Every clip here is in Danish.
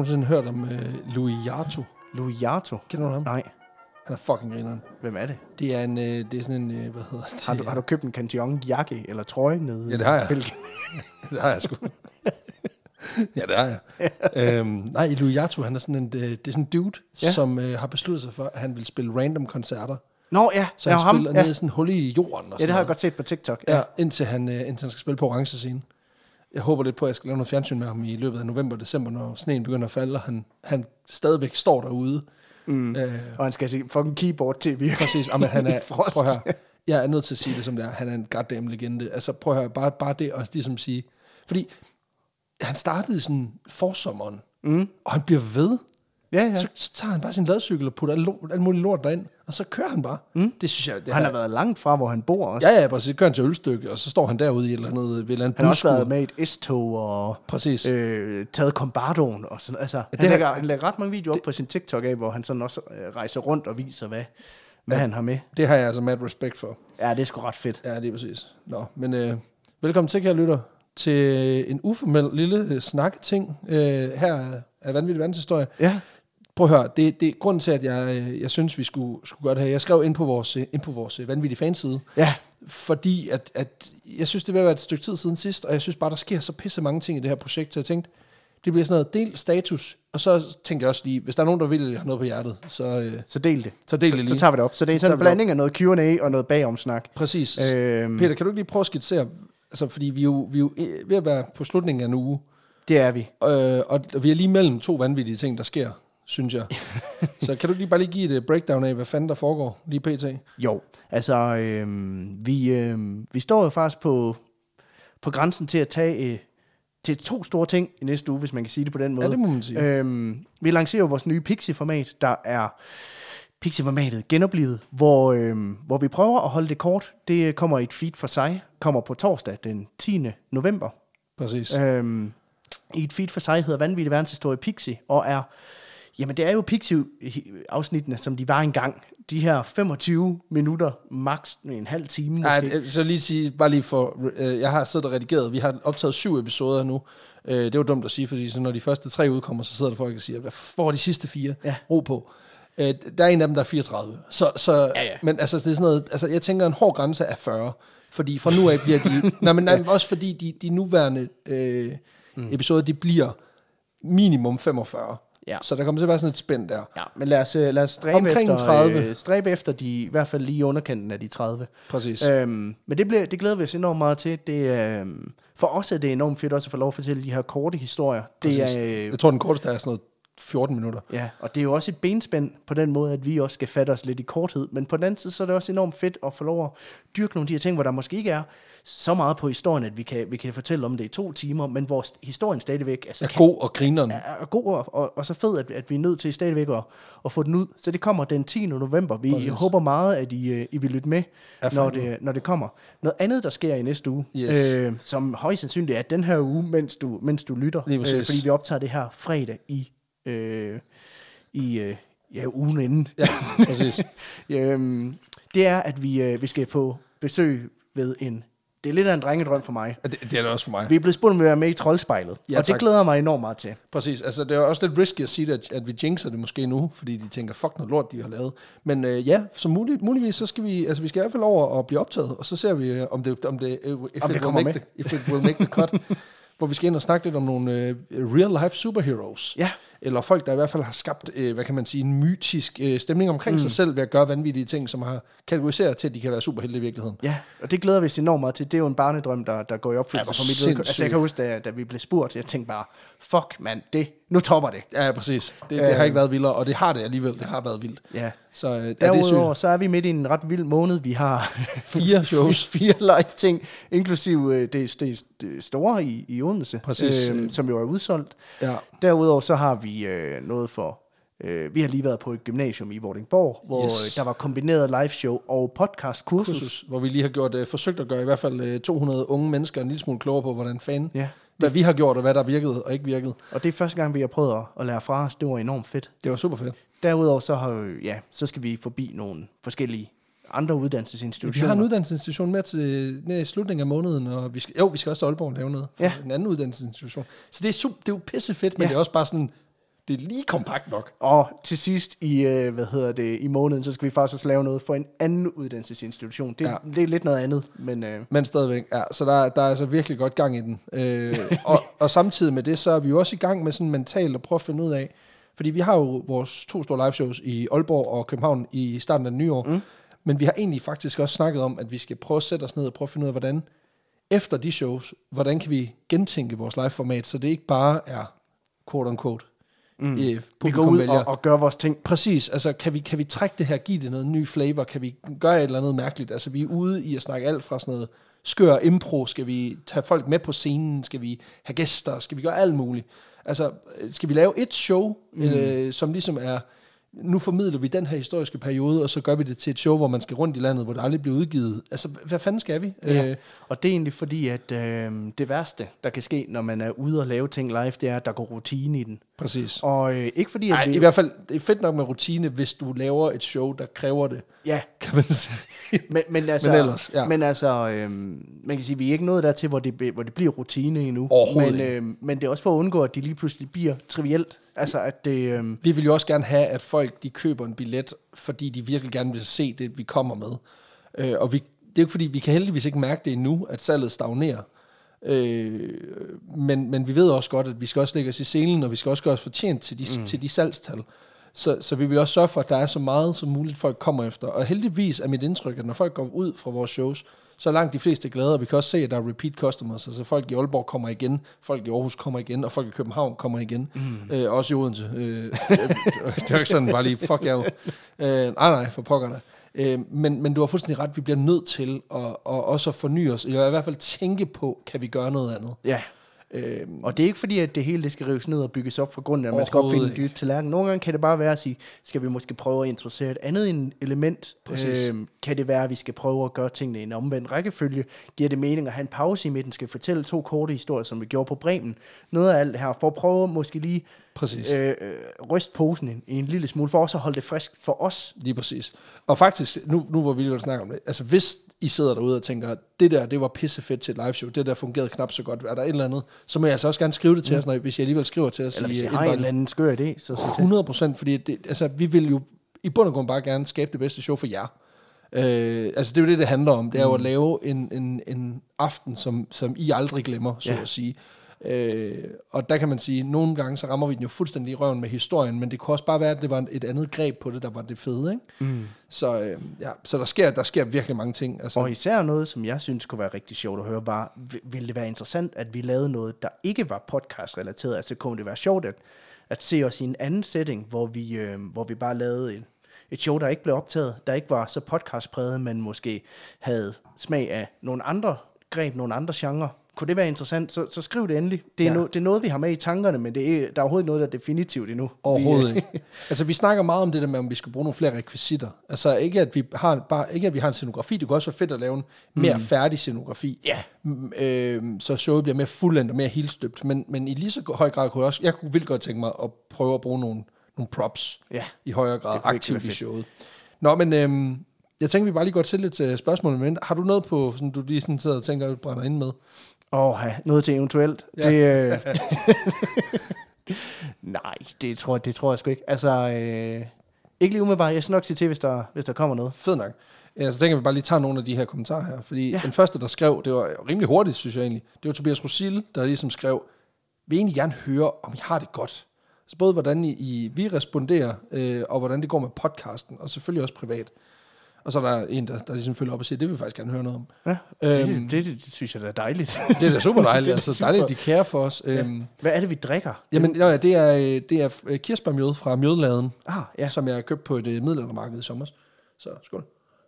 nogensinde hørt om Louis Jarto? Louis Jarto? Kender du ham? Nej. Han er fucking grineren. Hvem er det? Det er det er sådan en, hvad hedder det? Har du købt en Cantillon jakke eller trøje nede? Ja, det har jeg. Belgien? Det har jeg sgu. Ja, det har jeg. Nej, Louis Jarto, han er sådan det er sådan en dude, som har besluttet sig for, at han vil spille random koncerter. Nå ja, så han spiller ned i sådan en hul i jorden. Og ja, det har jeg godt set på TikTok. Ja, indtil han skal spille på orange scene. Jeg håber lidt på, at jeg skal lave noget fjernsyn med ham i løbet af november og december, når sneen begynder at falde, og han stadigvæk står derude. Og han skal se fucking keyboard til virke. Præcis, men han er, prøv at høre, jeg er nødt til at sige det som det er, han er en goddamn legende. Altså prøv at høre, bare det og ligesom sige, fordi han startede i sådan forsommeren, og han bliver ved. Ja. Så tager han bare sin ladcykel og putter alt muligt lort derind, og så kører han bare. Det synes jeg... Han har været langt fra, hvor han bor også. Ja, præcis. Så kører han til Ølstykke, og så står han derude i et eller andet, ved et eller andet han har også været med i et S-tog og præcis. Taget Combardoen og sådan. Altså, han lægger ret mange videoer op på sin TikTok af, hvor han sådan også rejser rundt og viser, hvad han har med. Det har jeg altså mad respekt for. Ja, det er sgu ret fedt. Ja, det er præcis. Nå, men velkommen til, kære lytter, til en uformel lille snakketing. Her er Vanvittig Verdenshistorie. Ja. Prøv at høre, det er grunden til, at jeg synes, vi skulle gøre det her. Jeg skrev ind på vores vanvittige fanside. Ja. Fordi at jeg synes, det vil være et stykke tid siden sidst, og jeg synes bare, der sker så pisse mange ting i det her projekt, så jeg tænkte, det bliver sådan noget del status, og så tænker jeg også lige, hvis der er nogen, der vil have noget på hjertet, så del det. Så del det lige. Så tager vi det op. Så det er sådan en blanding af noget Q&A og noget bagomsnak. Præcis. Peter, kan du ikke lige prøve at skitsere, altså fordi vi er jo ved at være på slutningen af en uge. Det er vi. Og vi er lige mellem to vanvittige ting, der sker, synes jeg. Så kan du bare lige give et breakdown af, hvad fanden der foregår lige pt? Jo, altså vi står jo faktisk på grænsen til at tage til 2 store ting i næste uge, hvis man kan sige det på den måde. Ja, det må man sige. Vi lancerer jo vores nye Pixie-format, der er Pixie-formatet genoplivet, hvor vi prøver at holde det kort. Det kommer i et feed for sig, kommer på torsdag den 10. november. Præcis. I et feed for sig hedder Vanvittig Verdenshistorie Pixie, og jamen det er jo Pixie-afsnittene, som de var engang. De her 25 minutter, maks en halv time måske. Ej, så lige sige, bare lige for, jeg har siddet og redigeret, vi har optaget 7 episoder nu. Det er jo dumt at sige, fordi så når de første 3 udkommer, så sidder der folk og siger, hvor er de sidste 4? Ja. Ro på. Der er en af dem, der er 34. Så ja. Men altså, det er sådan noget, altså, jeg tænker, en hård grænse er 40. Fordi fra nu af bliver de... nej, også fordi de nuværende episoder, de bliver minimum 45. Ja. Så der kommer til at være sådan et spænd der. Ja, men lad os stræbe efter de, i hvert fald lige i underkanten af de 30. Præcis. Men det glæder vi os enormt meget til. For os er det enormt fedt også at få lov at fortælle de her korte historier. Jeg tror, den korteste er sådan noget 14 minutter. Ja, og det er jo også et benspænd på den måde, at vi også skal fatte os lidt i korthed. Men på den anden side, så er det også enormt fedt at få lov at dyrke nogle af de her ting, hvor der måske ikke er så meget på historien, at vi kan fortælle om det i 2 timer, men hvor historien stadigvæk er god og grineren. Er god og så fed, at vi er nødt til stadigvæk at få den ud. Så det kommer den 10. november. Vi håber meget, at I vil lytte med, når det kommer. Noget andet, der sker i næste uge, som højst sandsynligt er den her uge, mens du lytter, fordi vi optager det her fredag i ugen inden. Ja, præcis. Det er, at vi skal på besøg ved det er lidt af en drengedrøm for mig. Det er det også for mig. Vi er blevet spurgt om at være med i Troldspejlet, og det glæder mig enormt meget til. Præcis, altså det er også lidt risky at sige, at vi jinxer det måske nu, fordi de tænker, fuck noget lort, de har lavet. Men så muligvis, så skal vi skal i hvert fald over og blive optaget, og så ser vi, om det will make the cut. Hvor vi skal ind og snakke lidt om nogle real-life superheroes. Ja. Eller folk, der i hvert fald har skabt, hvad kan man sige, en mytisk stemning omkring sig selv ved at gøre vanvittige ting, som har kategoriseret til, at de kan være superhelte i virkeligheden. Ja, og det glæder vi os enormt meget til. Det er jo en barnedrøm, der går i opfyldelse for mit vedkommende. Altså, jeg kan huske, da vi blev spurgt, jeg tænkte bare, fuck mand, nu topper det. Ja, præcis. Det har ikke været vildere, og det har det alligevel. Det har været vildt. Ja. Så derudover, så er vi midt i en ret vild måned. Vi har 4 shows. 4 live ting, inklusive det store i Odense, som jo er udsolgt. Ja. Derudover så har vi noget for... vi har lige været på et gymnasium i Vordingborg, hvor der var kombineret live show og podcast kursus. Hvor vi lige har forsøgt at gøre i hvert fald 200 unge mennesker en lille smule klogere på, hvordan fanden... Ja. Hvad vi har gjort, og hvad der virkede og ikke virkede. Og det er første gang, vi har prøvet at lære fra os. Det var enormt fedt. Det var super fedt. Derudover så skal vi forbi nogle forskellige andre uddannelsesinstitutioner. Vi har en uddannelsesinstitution med til i slutningen af måneden, og vi skal også til Aalborg lave noget for en anden uddannelsesinstitution. Så det er jo pissefedt, men det er også bare sådan Det er lige kompakt nok. Og til sidst i måneden, så skal vi faktisk også lave noget for en anden uddannelsesinstitution. Det er lidt noget andet, men stadigvæk, ja. Så der er altså virkelig godt gang i den. Og samtidig med det, så er vi jo også i gang med sådan mentalt at prøve at finde ud af, fordi vi har jo vores 2 store liveshows i Aalborg og København i starten af det nye år, men vi har egentlig faktisk også snakket om, at vi skal prøve at sætte os ned og prøve at finde ud af, hvordan efter de shows, hvordan kan vi gentænke vores live-format, så det ikke bare er quote-unquote vi går ud og gør vores ting. Præcis, altså kan vi trække det her, give det noget ny flavor, kan vi gøre et eller andet mærkeligt, altså vi er ude i at snakke alt fra sådan noget skør impro, skal vi tage folk med på scenen, skal vi have gæster, skal vi gøre alt muligt, altså skal vi lave et show, som ligesom er, nu formidler vi den her historiske periode, og så gør vi det til et show, hvor man skal rundt i landet, hvor det aldrig bliver udgivet. Altså, hvad fanden skal vi? Ja. Og det er egentlig fordi, at det værste, der kan ske, når man er ude og lave ting live, det er, at der går rutine i den. Præcis. Og ikke fordi, at i hvert fald, det er fedt nok med rutine, hvis du laver et show, der kræver det. Ja. Kan man sige. Men altså, man kan sige, vi er ikke nået dertil, hvor det bliver rutine endnu. Men det er også for at undgå, at det lige pludselig bliver trivielt. Altså, at det, Vi vil jo også gerne have, at folk de køber en billet, fordi de virkelig gerne vil se det, vi kommer med. Og det er jo ikke fordi, vi kan heldigvis ikke mærke det endnu, at salget stagnerer. Men vi ved også godt, at vi skal også lægge os i scenen, og vi skal også gøre os fortjent til de salgstal. Så vi vil også sørge for, at der er så meget som muligt, folk kommer efter. Og heldigvis er mit indtryk, at når folk går ud fra vores shows, så er langt de fleste glade, og vi kan også se, at der er repeat customers. Altså folk i Aalborg kommer igen, folk i Aarhus kommer igen, og folk i København kommer igen. Også i Odense. Det er jo ikke sådan bare lige, fuck jeg jo. Nej, for pokker da. Men du har fuldstændig ret, vi bliver nødt til at også forny os, eller i hvert fald tænke på, kan vi gøre noget andet? Ja. Og det er ikke fordi, at det hele det skal rives ned og bygges op fra grunden, at man skal opfinde en dyt tallerken. Nogle gange kan det bare være at sige, skal vi måske prøve at introducere et andet element? Kan det være, at vi skal prøve at gøre tingene i en omvendt rækkefølge? Giver det mening at have en pause i midten? Skal vi fortælle 2 korte historier, som vi gjorde på Bremen? Noget af alt det her, for at prøve måske lige ryste posen en lille smule, for også at holde det frisk for os. Lige præcis. Og faktisk, nu hvor vi vil snakke om det, altså hvis I sidder derude og tænker, det var pissefedt til et liveshow, det der fungerede knap så godt, er der et eller andet, så må jeg altså også gerne skrive det til os, hvis jeg alligevel skriver til os. Eller hvis jeg har en eller anden skør idé, så 100%, fordi vi vil jo i bund og grund bare gerne skabe det bedste show for jer. Altså det er jo det handler om, det er jo at lave en aften, som I aldrig glemmer, så at sige. Og der kan man sige, nogle gange så rammer vi den jo fuldstændig i røven med historien, men det kunne også bare være, at det var et andet greb på det, der var det fede, ikke? Så der sker virkelig mange ting. Altså. Og især noget, som jeg synes kunne være rigtig sjovt at høre, var, ville det være interessant, at vi lavede noget, der ikke var podcast-relateret? Altså kunne det være sjovt at se os i en anden setting, hvor vi bare lavede et show, der ikke blev optaget, der ikke var så podcastpræget, men måske havde smag af nogle andre greb, nogle andre genrer. Kunne det være interessant, så skriv det endelig. Det er noget, vi har med i tankerne, men der er overhovedet noget, der er definitivt endnu. Overhovedet ikke. Altså, vi snakker meget om det der med, om vi skal bruge nogle flere rekvisitter. Altså, ikke at vi har en scenografi. Det kunne også være fedt at lave en mere færdig scenografi. Så showet bliver mere fuldendt og mere helstøbt. Men i lige så høj grad kunne jeg ville godt tænke mig at prøve at bruge nogle props i højere grad aktivt i showet. Nå, men jeg tænker, vi bare lige går til lidt spørgsmål. Men har du noget på, sådan, du lige sådan sidder og tænker, at du brænder ind med? Noget til eventuelt. Ja. Nej, det tror jeg sgu ikke. Altså, ikke lige umiddelbart. Jeg skal nok sige til, hvis der kommer noget. Fedt nok. Ja, så tænker vi bare lige tage nogle af de her kommentarer her. Fordi den første, der skrev, det var rimelig hurtigt, synes jeg egentlig. Det var Tobias Rosille, der ligesom skrev, vil egentlig gerne høre, om I har det godt. Så både hvordan vi responderer, og hvordan det går med podcasten, og selvfølgelig også privat. Og så er der en, der ligesom følger op og siger, det vil vi faktisk gerne høre noget om. Ja, det synes jeg, det er dejligt. Det er da super dejligt. Altså, dejligt, de kære for os. Ja. Hvad er det, vi drikker? Jamen, det er kirsebærmjød fra Mjødladen, som jeg købte på et middelaldermarked i sommer. Så skål.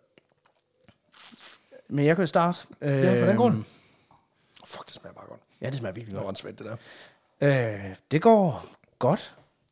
Men jeg kan jo starte. Hvordan går det? Fuck, det smager bare godt. Ja, det smager virkelig godt. Det var det der. Det går godt.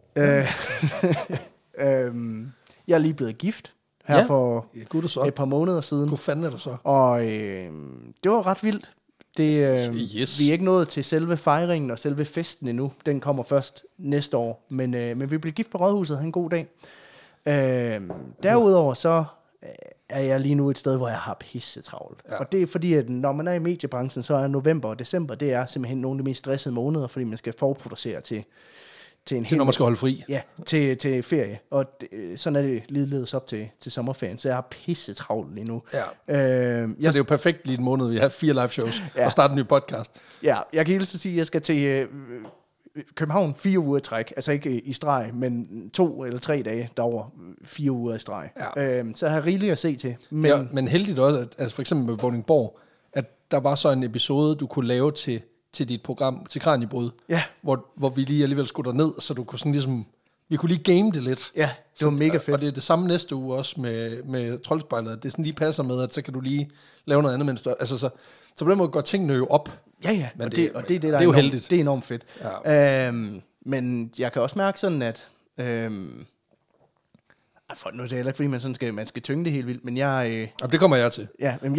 Jeg er lige blevet gift. Her for et par måneder siden. Hvor fanden er du så? Og det var ret vildt. Vi er ikke nået til selve fejringen og selve festen endnu. Den kommer først næste år. Men vi blev gift på Rådhuset og havde en god dag. Derudover så er jeg lige nu et sted, hvor jeg har pisse travlt. Ja. Og det er fordi, at når man er i mediebranchen, så er november og december, det er simpelthen nogle af de mest stressede måneder, fordi man skal forproducere til når man skal holde fri. Ja, til ferie. Og sådan er det ligeledes op til sommerferien, så jeg har pisse travlt lige nu. Ja. Så det er jo perfekt lige en måned, vi har 4 live shows og starte en ny podcast. Ja, jeg kan hilse at sige, at jeg skal til København 4 uger i træk. Altså ikke i streg, men 2 eller 3 dage derover 4 uger i streg. Ja. Så jeg har rigeligt at se til. Men heldigt også, at altså for eksempel med Vordingborg, at der var så en episode, du kunne lave til dit program, til Kraniebrud, hvor vi lige alligevel skulle derned, så du kunne sådan ligesom, vi kunne lige game det lidt. Ja, det var mega fedt. Og det er det samme næste uge også med Troldspejlet, at det sådan lige passer med, at så kan du lige lave noget andet, mens du, altså så på den måde går tingene jo op. Ja, men det er jo heldigt. Det er enormt fedt. Ja. Men jeg kan også mærke sådan, at for nu er det heller ikke, fordi man skal tynge det helt vildt, men jeg... det kommer jeg til. Ja, men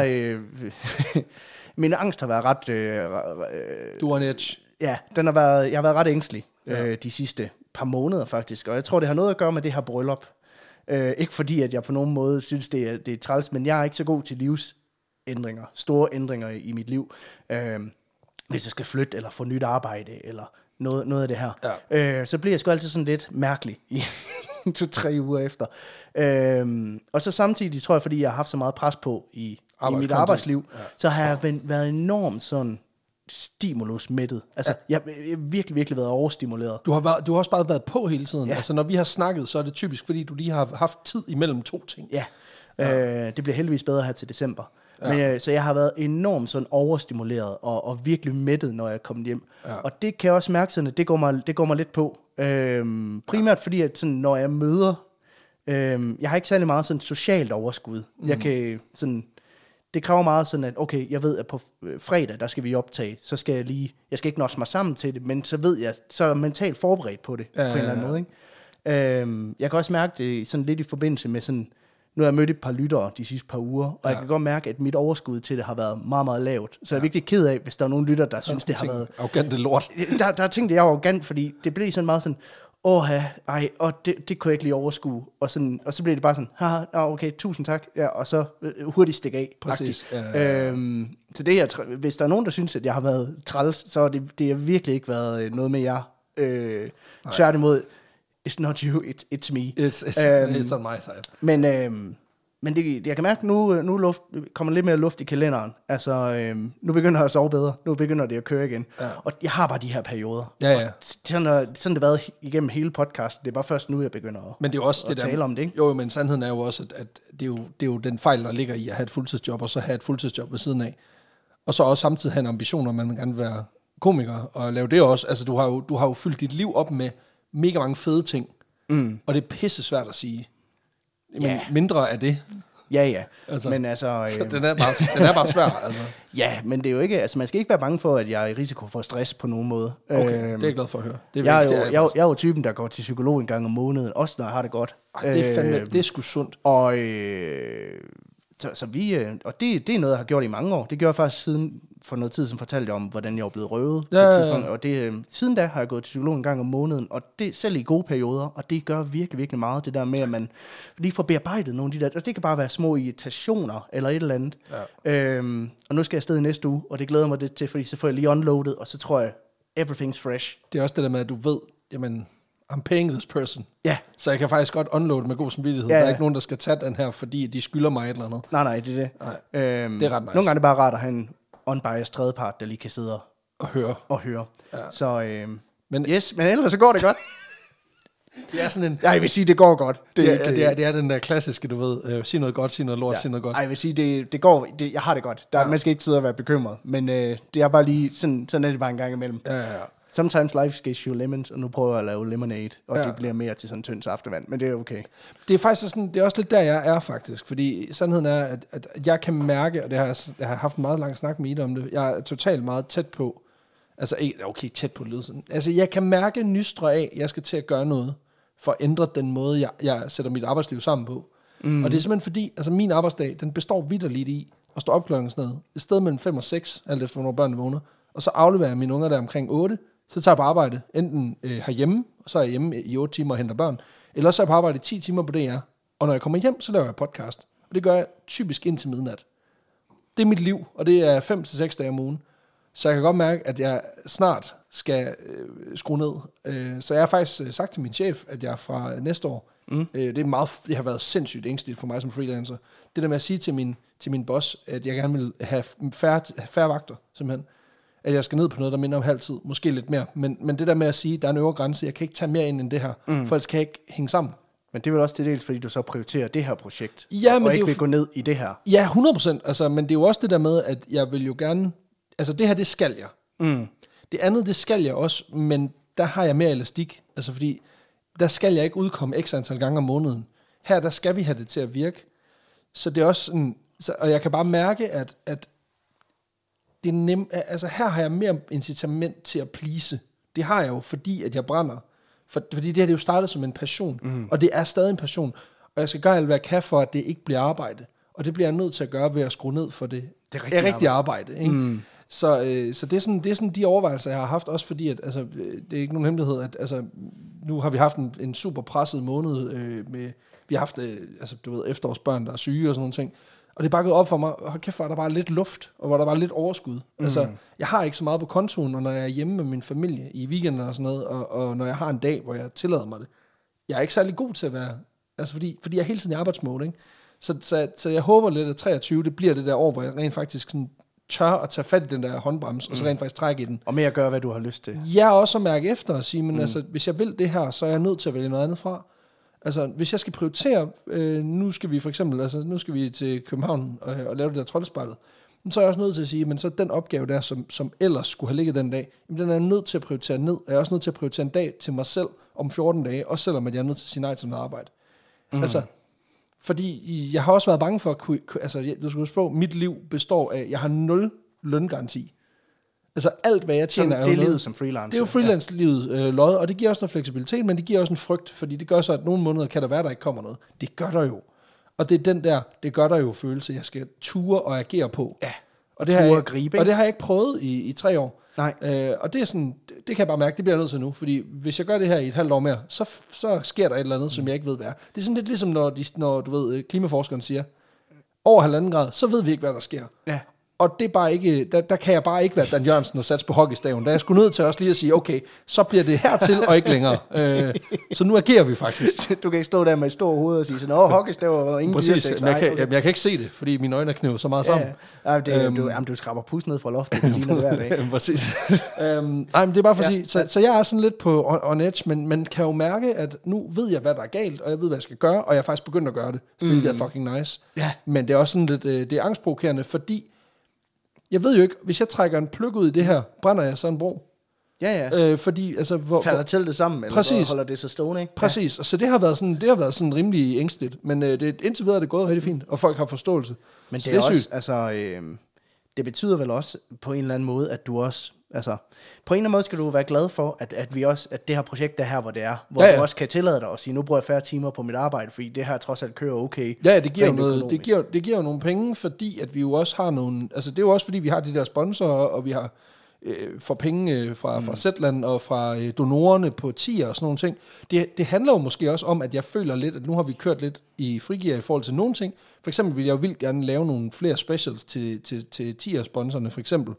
min angst har været ret... du er en edge. Ja, jeg har været ret ængstelig de sidste par måneder faktisk, og jeg tror, det har noget at gøre med det her bryllup. Ikke fordi, at jeg på nogen måde synes, det er træls, men jeg er ikke så god til livsændringer, store ændringer i mit liv. Hvis jeg skal flytte, eller få nyt arbejde, eller noget af det her. Ja. Så bliver jeg sgu altid sådan lidt mærkelig i 2-3 uger efter. Og så samtidig, tror jeg, fordi jeg har haft så meget pres på i mit arbejdsliv, så har jeg været enormt sådan stimulusmættet. Altså, jeg har virkelig, virkelig været overstimuleret. Du har også bare været på hele tiden. Ja. Altså, når vi har snakket, så er det typisk, fordi du lige har haft tid imellem 2 ting. Ja. Det bliver heldigvis bedre her til december. Ja. Men, så jeg har været enormt sådan overstimuleret og virkelig mættet, når jeg er kommet hjem. Ja. Og det kan jeg også mærke sådan, at det går mig lidt på. Primært fordi, at sådan, når jeg møder... jeg har ikke særlig meget sådan socialt overskud. Jeg kan sådan... Det kræver meget sådan, at okay, jeg ved, at på fredag, der skal vi optage, så skal jeg skal ikke nå mig sammen til det, men så ved jeg, så er jeg mentalt forberedt på det, på en eller anden måde. Ikke? Jeg kan også mærke det sådan lidt i forbindelse med sådan, nu har jeg mødt et par lyttere de sidste par uger, og jeg kan godt mærke, at mit overskud til det har været meget, meget lavt. Så jeg er virkelig ked af, hvis der er nogen lytter, der synes, det har været... Arrogante lort. Der er ting, det er arrogant, fordi det blev sådan meget sådan... det kunne jeg ikke lige overskue. Og så blev det bare sådan, okay, tusind tak. Ja, og så hurtigt stikke af. Præcis. Så det hvis der er nogen, der synes, at jeg har været træls, så det har virkelig ikke været noget med jer. Tværtimod, it's not you, it's me. It's on my side. Men jeg kan mærke, nu kommer lidt mere luft i kalenderen. Altså, nu begynder jeg at sove bedre. Nu begynder det at køre igen. Ja. Og jeg har bare de her perioder. Ja. Sådan det har været igennem hele podcasten. Det er bare først nu, jeg begynder men det er også at tale om det, ikke? Jo, men sandheden er jo også, at det er jo den fejl, der ligger i at have et fuldtidsjob, og så have et fuldtidsjob ved siden af. Og så også samtidig have en ambition, om man gerne vil være komiker, og lave det også. Altså, du har jo fyldt dit liv op med mega mange fede ting. Og det er pisse svært at sige. Men mindre af det. Ja. Altså, men altså... Så den er bare svær, altså. Ja, men det er jo ikke... Altså, man skal ikke være bange for, at jeg er i risiko for stress på nogen måde. Okay, det er jeg glad for at høre. Jeg er jo typen, der går til psykolog en gang om måneden, også når jeg har det godt. Det er fandme... Det er sgu sundt. Og... og det er noget, jeg har gjort i mange år. Det gjorde jeg faktisk siden for noget tid, som fortalte jeg om, hvordan jeg var blevet røvet på et tidspunkt. Og siden da har jeg gået til psykolog en gang om måneden, og det selv i gode perioder, og det gør virkelig, virkelig meget, det der med, at man lige får bearbejdet nogle af de der, og det kan bare være små irritationer, eller et eller andet. Ja. Og nu skal jeg afsted i næste uge, og det glæder mig det til, fordi så får jeg lige unloadet, og så tror jeg, everything's fresh. Det er også det der med, at du ved, jamen, I'm paying this person. Ja. Så jeg kan faktisk godt unloade med god samvittighed. Ja. Der er ikke nogen, der skal tage den her, fordi de skylder mig et eller andet. Nej, det er det. Det er ret nice. Nogle gange er det bare rart at have en unbiased tredjepart, der lige kan sidde og høre. Ja. Så, men ellers så går det godt. Det er sådan en... Jeg vil sige, det går godt. Det er den der klassiske, du ved, sig noget godt, sig noget lort, sig noget godt. Jeg vil sige, det går, jeg har det godt. Man skal ikke sidde og være bekymret, men det er bare lige, sådan er det bare en gang imellem. Ja. Sometimes life gives you lemons, og nu prøver jeg at lave lemonade, og det bliver mere til sådan tynd saftevand, men det er okay. Det er faktisk sådan, det er også lidt der, jeg er faktisk, fordi sandheden er, at jeg kan mærke, og det har jeg har haft en meget lang snak med Ida om det, jeg er totalt meget tæt på, altså ikke, okay, tæt på lyd, sådan. Altså jeg kan mærke nystre af, at jeg skal til at gøre noget, for at ændre den måde, jeg sætter mit arbejdsliv sammen på. Og det er simpelthen fordi, altså min arbejdsdag, den består vitterligt i at stå op klokken sådan noget, et sted mellem 5 og 6, alt efter hvornår børnene vågner, og så afleverer jeg mine unger der omkring 8, så tager jeg på arbejde, enten herhjemme, og så er jeg hjemme i 8 timer og henter børn, eller så er jeg på arbejde i 10 timer på DR, og når jeg kommer hjem, så laver jeg podcast. Og det gør jeg typisk indtil midnat. Det er mit liv, og det er 5 til 6 dage om ugen. Så jeg kan godt mærke, at jeg snart skal skrue ned. Så jeg har faktisk sagt til min chef, at jeg fra næste år, det har været sindssygt ængsteligt for mig som freelancer. Det der med at sige til min boss, at jeg gerne vil have færre vagter, simpelthen. At jeg skal ned på noget, der minder om halvtid, måske lidt mere. Men det der med at sige, at der er en øvre grænse, jeg kan ikke tage mere ind end det her, for ellers kan jeg ikke hænge sammen. Men det er vel også det dels, fordi du så prioriterer det her projekt, ja, og ikke vil gå ned i det her. Ja, 100%. Altså, men det er jo også det der med, at jeg vil jo gerne... Altså, det her, det skal jeg. Det andet, det skal jeg også, men der har jeg mere elastik. Altså, fordi der skal jeg ikke udkomme x antal gange om måneden. Her, der skal vi have det til at virke. Så det er også sådan... og jeg kan bare mærke, at det er nemt... Altså, her har jeg mere incitament til at please. Det har jeg jo, fordi at jeg brænder. Fordi det her, det er jo startet som en passion, og det er stadig en passion. Og jeg skal gøre alt, hvad jeg kan for, at det ikke bliver arbejde. Og det bliver jeg nødt til at gøre ved at skrue ned for det rigtige arbejde. Ikke? Så det er sådan de overvejelser, jeg har haft, også fordi, at altså, det er ikke nogen hemmelighed, at altså, nu har vi haft en super presset måned med, vi har haft altså, du ved, efterårsbørn, der er syge og sådan nogle ting. Og det er bare gået op for mig, hold kæft, hvor er der bare lidt luft, og hvor der bare lidt overskud. Altså, jeg har ikke så meget på kontoen, og når jeg er hjemme med min familie i weekenden og sådan noget, og når jeg har en dag, hvor jeg tillader mig det, jeg er ikke særlig god til at være, altså fordi jeg er hele tiden i arbejdsmode, ikke? Så jeg håber lidt, at 23, det bliver det der år, hvor jeg rent faktisk sådan tør at tage fat i den der håndbrems, og så rent faktisk trække i den. Og mere at gøre, hvad du har lyst til. Jeg også at mærke efter og sige, men altså, hvis jeg vil det her, så er jeg nødt til at vælge noget andet fra. Altså, hvis jeg skal prioritere, nu skal vi for eksempel, altså, nu skal vi til København og lave det der Troldspejlet, så er jeg også nødt til at sige, men så den opgave der, som ellers skulle have ligget den dag, jamen, den er jeg nødt til at prioritere ned, og jeg er også nødt til at prioritere en dag til mig selv om 14 dage, også selvom at jeg er nødt til at sige nej til noget arbejde. Altså, fordi jeg har også været bange for at kunne, altså, du skal huske på, mit liv består af, jeg har 0 løngaranti. Altså alt, hvad jeg tjener, det er livet som freelancer. Det er jo freelance-livet lod, og det giver også noget fleksibilitet, men det giver også en frygt, fordi det gør så, at nogle måneder kan der være, der ikke kommer noget. Det gør der jo. Og det er den der, det gør der jo følelse, jeg skal ture og agere på. Ja, og det har jeg ikke prøvet i 3 år. Nej. Og det er sådan, det kan jeg bare mærke, det bliver jeg nødt til nu, fordi hvis jeg gør det her i et halvt år mere, så sker der et eller andet, som jeg ikke ved, hvad er. Det er sådan lidt ligesom, når du ved, klimaforskeren siger, over 1,5 grad, så ved vi ikke, hvad der sker. Ja. Og det er bare ikke, der kan jeg bare ikke være Dan Jørgensen og satse på hockeystaven. Der er jeg sgu nødt til også lige at sige, okay, så bliver det hertil og ikke længere. Så nu agerer vi faktisk. Du kan ikke stå der med et stort hoved og sige sådan, hockeystaver og ingen præcis, men jeg kan ikke se det, fordi mine øjne er knivet så meget sammen. Ja. Du skraber pus ned fra loftet, det ligner hver dag. Præcis. Nej, men det er bare for at sige, så jeg er sådan lidt på on edge, men man kan jo mærke, at nu ved jeg, hvad der er galt, og jeg ved, hvad jeg skal gøre, og jeg er faktisk begyndt at gøre det. Hvilket er fucking nice. Ja. Men det er også sådan lidt, det er angstprovokerende, fordi jeg ved jo ikke, hvis jeg trækker en pløk ud i det her, brænder jeg så en bro? Ja. Fordi, altså... falder til det sammen, eller præcis, holder det så stående, ikke? Præcis, og så det har været sådan rimelig ængsteligt, men indtil videre er det gået rigtig fint, og folk har forståelse. Men det er også, sygt. Altså, det betyder vel også på en eller anden måde, at du også, altså, på en eller anden måde skal du være glad for, at vi også, at det her projekt er her, hvor det er, hvor du også kan tillade dig at sige, nu bruger jeg færre timer på mit arbejde, fordi det her trods alt kører okay. Ja, det giver jo noget, det giver jo nogle penge, fordi at vi jo også har nogle, altså det er jo også fordi vi har de der sponsorer, og vi har får penge fra Zetland og fra donorerne på tier og sådan nogle ting. Det handler jo måske også om, at jeg føler lidt, at nu har vi kørt lidt i frigear i forhold til nogle ting. For eksempel vil jeg jo vildt gerne lave nogle flere specials til tier-sponsorerne for eksempel.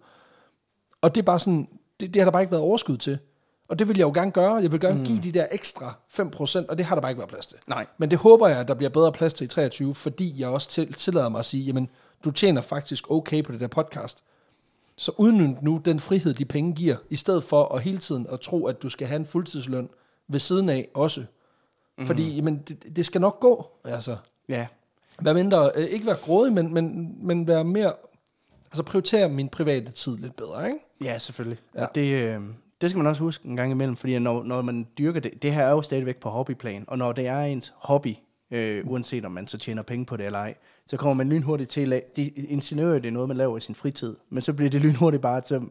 Og det er bare sådan, det har der bare ikke været overskud til. Og det vil jeg jo gerne gøre. Jeg vil gerne give de der ekstra 5%, og det har der bare ikke været plads til. Nej. Men det håber jeg, at der bliver bedre plads til i 23, fordi jeg også tillader mig at sige, jamen, du tjener faktisk okay på det der podcast. Så udnyt nu den frihed, de penge giver, i stedet for at hele tiden at tro, at du skal have en fuldtidsløn ved siden af også. Fordi jamen, det skal nok gå. Altså. Ja. Vær mindre, ikke være grådig, men være mere, altså prioritere min private tid lidt bedre, ikke? Ja, selvfølgelig. Ja. Det skal man også huske en gang imellem, fordi når man dyrker det her er jo stadigvæk på hobbyplan, og når det er ens hobby, uanset om man så tjener penge på det eller ej, så kommer man lynhurtigt til, de insinuerer, det er noget, man laver i sin fritid, men så bliver det lynhurtigt bare til,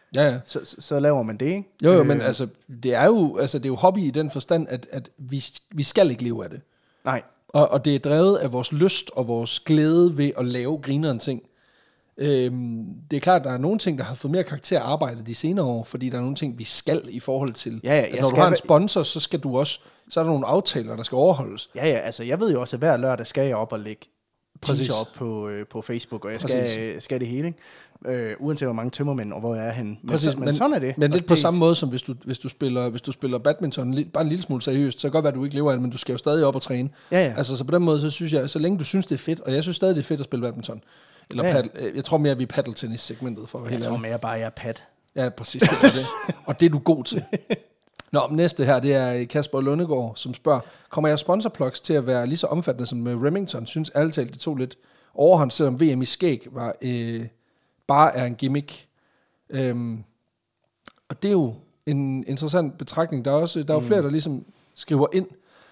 så laver man det, ikke? Jo, men altså, det er jo hobby i den forstand, at vi skal ikke leve af det. Nej. Og det er drevet af vores lyst og vores glæde ved at lave grineren ting. Det er klart, at der er nogle ting, der har fået mere karakter af arbejde de senere år, fordi der er nogle ting, vi skal i forhold til. Når du har en sponsor, så skal du også, så er der nogle aftaler, der skal overholdes. Ja, altså jeg ved jo også, at hver lørdag skal jeg op og lægge teaser op på Facebook, og jeg skal det hele, ikke? Uanset hvor mange tømmermænd, og hvor jeg er henne. Men sådan er det. Men lidt på samme måde, som hvis du spiller badminton bare en lille smule seriøst, så kan det godt være, at du ikke lever af det, men du skal jo stadig op og træne. Ja. Altså, så på den måde, så synes jeg, så længe du synes, det er fedt, og jeg synes stadig, det er fedt at spille badminton. Eller paddle. Jeg tror mere, at vi er paddeltennis-segmentet for Jeg tror mere bare, jeg er pad. Ja, præcis. Det er det. Og det er du god til. Nå, næste her, det er Kasper Lundegård, som spørger, kommer jeres sponsorplugs til at være lige så omfattende som med Remington? Synes ærligt talt, det tog lidt overhånd, selvom VM i skæg var, bare er en gimmick. Og det er jo en interessant betragtning. Der er jo flere, der ligesom skriver ind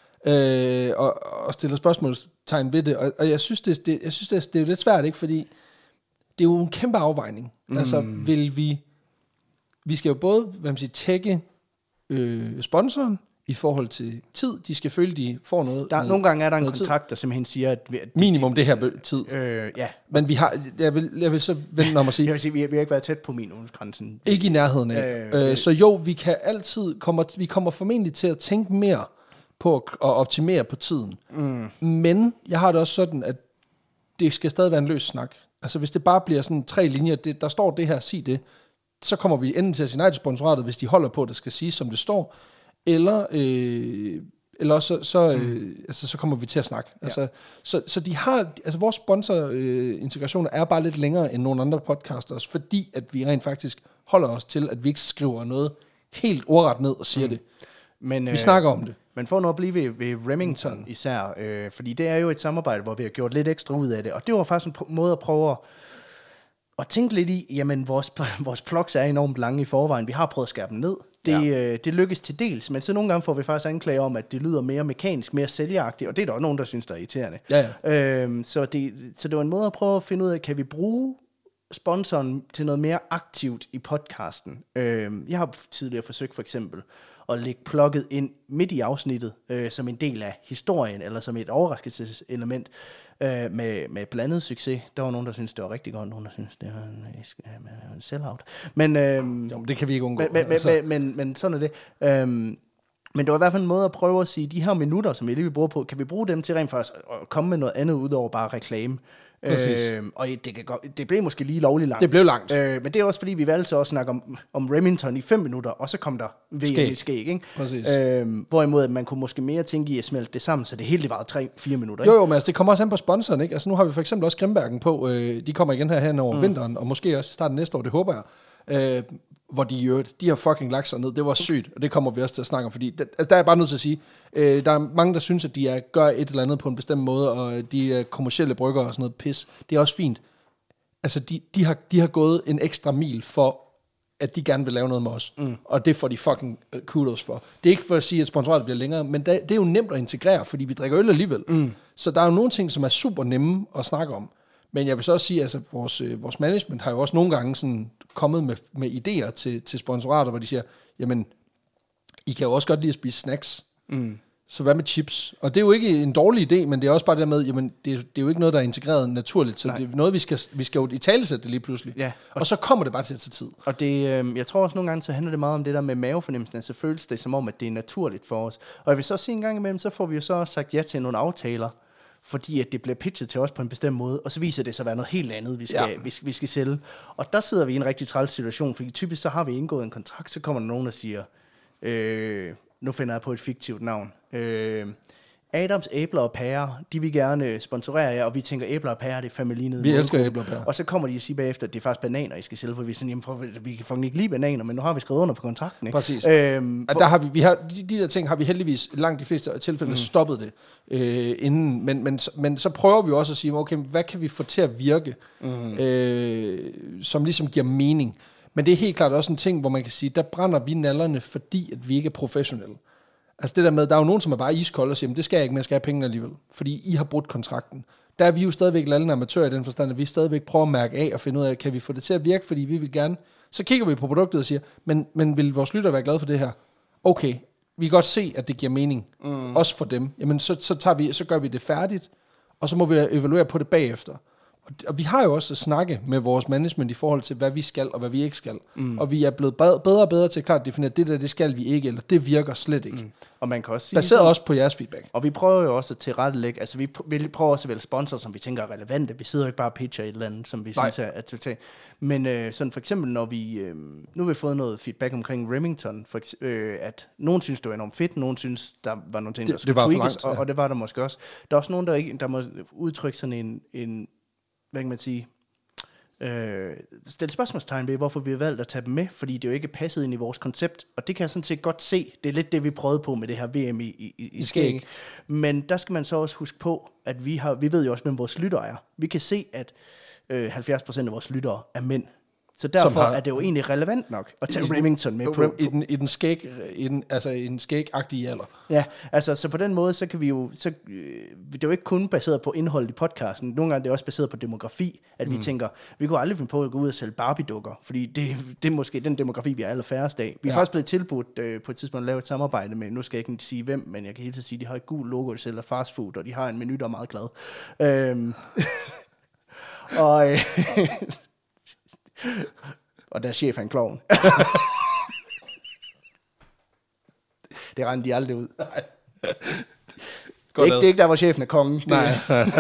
og stiller spørgsmålstegn ved det. Og jeg synes, det er jo lidt svært, ikke? Fordi det er jo en kæmpe afvejning. Altså, vil vi skal jo både, tække sponsoren i forhold til tid. De skal føle, de får noget. Nogle gange er der en kontrakt, der simpelthen siger, at minimum det her tid. Ja. Men vi har, jeg vil så vende om at sige. Jeg vil sige, vi har ikke været tæt på minimumsgrænsen. Ikke i nærheden af. Så jo, vi kan altid vi kommer formentlig til at tænke mere på at optimere på tiden. Men jeg har det også sådan, at det skal stadig være en løs snak. Altså hvis det bare bliver sådan 3 linjer, der står det her, sig det, så kommer vi enten til at sige nej til sponsoratet, hvis de holder på, at det skal siges, som det står, eller så kommer vi til at snakke. Ja. Altså, så de har, altså vores sponsorintegrationer er bare lidt længere end nogle andre podcasters, fordi at vi rent faktisk holder os til, at vi ikke skriver noget helt ordret ned og siger det. Men, vi snakker om det. Men for nu at blive ved Remington især, fordi det er jo et samarbejde, hvor vi har gjort lidt ekstra ud af det, og det var faktisk en måde at prøve at tænke lidt i, jamen vores plugs er enormt lange i forvejen, vi har prøvet at skære dem ned, det lykkes til dels, men så nogle gange får vi faktisk anklager om, at det lyder mere mekanisk, mere sælgeragtigt, og det er der også nogen, der synes, der er irriterende. Så det var en måde at prøve at finde ud af, kan vi bruge sponsoren til noget mere aktivt i podcasten. Jeg har tidligere forsøgt for eksempel at lægge plugget ind midt i afsnittet, som en del af historien, eller som et overraskelseselement, med blandet succes. Der var nogen, der synes det var rigtig godt, nogen, der synes det var en sell-out. Men, det kan vi ikke undgå. Men sådan er det. Men det var i hvert fald en måde at prøve at sige, de her minutter, som vi lige vil bruge på, kan vi bruge dem til rent faktisk at komme med noget andet, udover bare reklame. Og det blev måske lige lovligt langt. Det blev langt. Men det er også fordi, vi valgte at snakke om Remington i 5 minutter, og så kom der VM i skæg, ikke? Præcis. Hvorimod, at man kunne måske mere tænke i at smelte det sammen, så det hele var 3-4 minutter. Jo, men altså, det kommer også an på sponsoren, ikke? Altså, nu har vi for eksempel også Grimbergen på. De kommer igen her over vinteren, og måske også i starten næste år, det håber jeg. Hvor de har fucking lagt sig ned. Det var sygt, og det kommer vi også til at snakke om, fordi der er jeg bare nødt til at sige, der er mange, der synes, at de gør et eller andet på en bestemt måde, og de er kommercielle bryggere og sådan noget pis. Det er også fint. Altså, de har gået en ekstra mil for, at de gerne vil lave noget med os, og det får de fucking kudos for. Det er ikke for at sige, at sponsoratet bliver længere, men det er jo nemt at integrere, fordi vi drikker øl alligevel. Så der er jo nogle ting, som er super nemme at snakke om. Men jeg vil så også sige, at altså, vores management har jo også nogle gange sådan kommet med idéer til sponsorater, hvor de siger, jamen, I kan jo også godt lide at spise snacks. Så hvad med chips? Og det er jo ikke en dårlig idé, men det er også bare det med, jamen, det er jo ikke noget, der er integreret naturligt. Så det er noget, vi skal jo i talesætte det lige pludselig. Ja. Og så kommer det bare til at tage tid. Og det, jeg tror også nogle gange, så handler det meget om det der med mavefornemmelsen, så føles det som om, at det er naturligt for os. Og jeg vil så sige en gang imellem, så får vi jo så også sagt ja til nogle aftaler, fordi at det bliver pitchet til os på en bestemt måde, og så viser det sig at være noget helt andet, vi skal sælge. Og der sidder vi i en rigtig træls situation, fordi typisk så har vi indgået en kontrakt, så kommer der nogen, der siger, nu finder jeg på et fiktivt navn, Adams æbler og pærer, de vil gerne sponsorere jer, og vi tænker, æbler og pærer, det er familienet. Vi elsker æbler og pærer. Og så kommer de og siger bagefter, at det er faktisk bananer, I skal sælge, for vi er sådan, jamen, vi kan faktisk ikke lide bananer, men nu har vi skrevet under på kontrakten. Ikke? Præcis. Der har vi har de der ting har vi heldigvis langt de fleste tilfælde stoppet det inden, men så prøver vi også at sige, okay, hvad kan vi få til at virke, som ligesom giver mening. Men det er helt klart også en ting, hvor man kan sige, der brænder vi nallerne, fordi at vi ikke er professionelle. Altså det der med, der er jo nogen, som er bare iskolde og siger, men det skal jeg ikke, men jeg skal have pengene alligevel, fordi I har brudt kontrakten. Der er vi jo stadigvæk lallende amatører i den forstand, at vi stadigvæk prøver at mærke af og finde ud af, kan vi få det til at virke, fordi vi vil gerne. Så kigger vi på produktet og siger, men vil vores lytter være glade for det her? Okay, vi kan godt se, at det giver mening, også for dem. Jamen så gør vi det færdigt, og så må vi evaluere på det bagefter. Og vi har jo også at snakke med vores management i forhold til, hvad vi skal og hvad vi ikke skal. Og vi er blevet bedre og bedre til at klart definere, det der, det skal vi ikke, eller det virker slet ikke. Og man kan også sige... Baseret også på jeres feedback. Og vi prøver jo også at tilrettelægge, altså vi prøver også at vælge sponsorer, som vi tænker er relevante. Vi sidder jo ikke bare og pitcher et eller andet, som vi synes er totalt. Men sådan for eksempel, når vi... nu har vi fået noget feedback omkring Remington, at nogen synes, det var enormt fedt, nogen synes, der var nogle ting, der skulle tweakes, og det var der måske også. Der er også nogen, der må udtrykke sådan en hvad kan man sige, stille spørgsmålstegn ved, hvorfor vi har valgt at tage dem med, fordi det jo ikke passede ind i vores koncept, og det kan jeg sådan set godt se. Det er lidt det, vi prøvede på med det her VM i skæg. Men der skal man så også huske på, at vi ved jo også, hvem vores lyttere er. Vi kan se, at 70% af vores lyttere er mænd. Så derfor er det jo egentlig relevant nok at tage Remington med på. I den skæg-agtige alder. Ja, altså så på den måde, så kan vi jo... det er jo ikke kun baseret på indholdet i podcasten. Nogle gange er det også baseret på demografi, at vi tænker, vi kunne aldrig finde på at gå ud og sælge Barbie-dukker, fordi det er måske den demografi, vi er allerfærrest af. Vi er faktisk blevet tilbudt på et tidspunkt at lave et samarbejde med, nu skal jeg ikke sige hvem, men jeg kan hele tiden sige, at de har et gult logo, der sælger fast food, og de har en menu, der er meget glad. Og der er chef en klovn. Det rendte de aldrig ud. Det er ikke der, hvor chefen er kongen. Nej.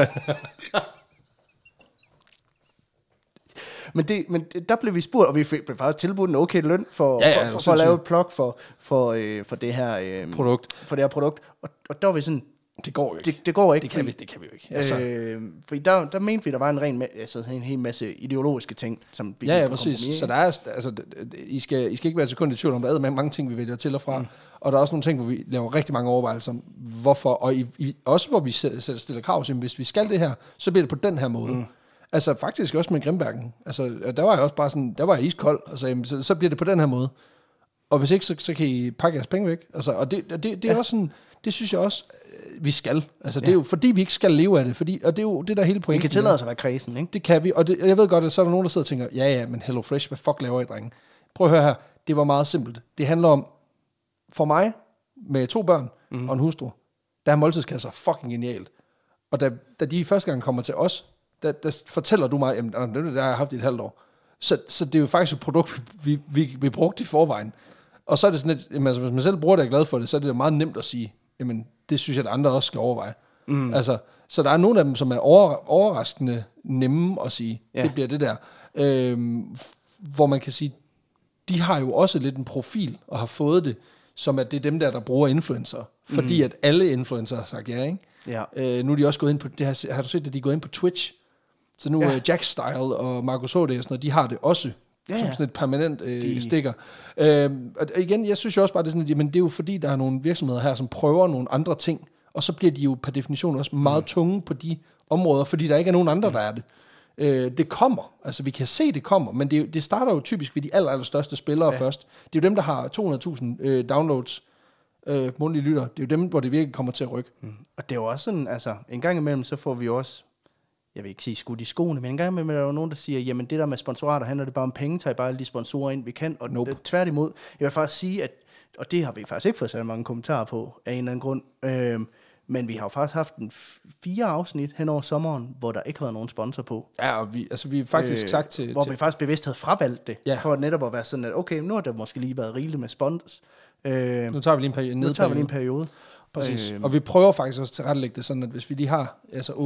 Men der blev vi spurgt, og vi fik faktisk tilbudt en okay løn for at lave et plug for det her produkt. For det her produkt. Og der var vi sådan, det går ikke. Det går ikke. Det kan vi jo ikke. Altså. Fordi der mente vi, der var en hel masse ideologiske ting, som vi ja, præcis. Så der er, altså, I skal ikke være et sekund i tvivl om, der er mange ting, vi vælger til og fra. Og der er også nogle ting, hvor vi laver rigtig mange overvejelser om, hvorfor. Og også hvor vi stiller krav til, hvis vi skal det her, så bliver det på den her måde. Altså faktisk også med Grimbergen. Altså, der var jeg også bare sådan, der var jeg iskold, og sagde, så bliver det på den her måde. Og hvis ikke, så kan I pakke jeres penge væk. Altså, og det er også sådan, det synes jeg også, vi skal. Altså, det er jo fordi, vi ikke skal leve af det. Og det er jo det, der er hele pointen. Vi kan tillade os at være kredsen, ikke? Det kan vi. Og jeg ved godt, at så er der nogen, der sidder og tænker, ja, men Hello Fresh, hvad fuck laver I, drenge? Prøv at høre her. Det var meget simpelt. Det handler om, for mig, med 2 børn og en hustru, der er måltidskasser fucking genialt. Og da de første gang kommer til os, der fortæller du mig, at det har jeg haft i et halvt år. Så det er jo faktisk et produkt, vi brugte i forvejen. Og så er det sådan lidt, altså, hvis man selv bruger det og er glad for det, så er det meget nemt at sige, jamen, det synes jeg, at andre også skal overveje. Altså, så der er nogle af dem, som er overraskende nemme at sige, det bliver det der. Hvor man kan sige, de har jo også lidt en profil, og har fået det, som at det er dem der bruger influencer. Fordi at alle influencer har sagt ja, ikke? Ja. Nu er de også gået ind på, det har du set, at de er gået ind på Twitch? Så nu Jack Style og Markus HD og sådan noget, de har det også. Som sådan et permanent stikker. Og igen, jeg synes jo også bare, det er sådan, men det er jo fordi, der er nogle virksomheder her, som prøver nogle andre ting, og så bliver de jo per definition også meget tunge på de områder, fordi der ikke er nogen andre, der er det. Det kommer, altså vi kan se, det kommer, men det starter jo typisk ved de allerstørste spillere først. Det er jo dem, der har 200.000 downloads, månedlige lytter. Det er jo dem, hvor det virkelig kommer til at rykke. Og det er jo også sådan, altså en gang imellem, så får vi også, jeg vil ikke sige skudt i skoene, men en gang imellem er der jo nogen, der siger, jamen det der med sponsorater, handler det bare om penge, tager bare alle de sponsorer ind, vi kan, og tværtimod, jeg vil faktisk sige, at, og det har vi faktisk ikke fået så mange kommentarer på, af en eller anden grund, men vi har jo faktisk haft 4 afsnit hen over sommeren, hvor der ikke har været nogen sponsor på. Ja, og vi har faktisk sagt til... Hvor vi faktisk bevidst havde fravalgt det, for netop at være sådan, at okay, nu har der måske lige været rigeligt med sponsors. Nu tager vi lige en periode. Præcis. Og vi prøver faktisk også at tilrettelægge det sådan, at hvis vi lige har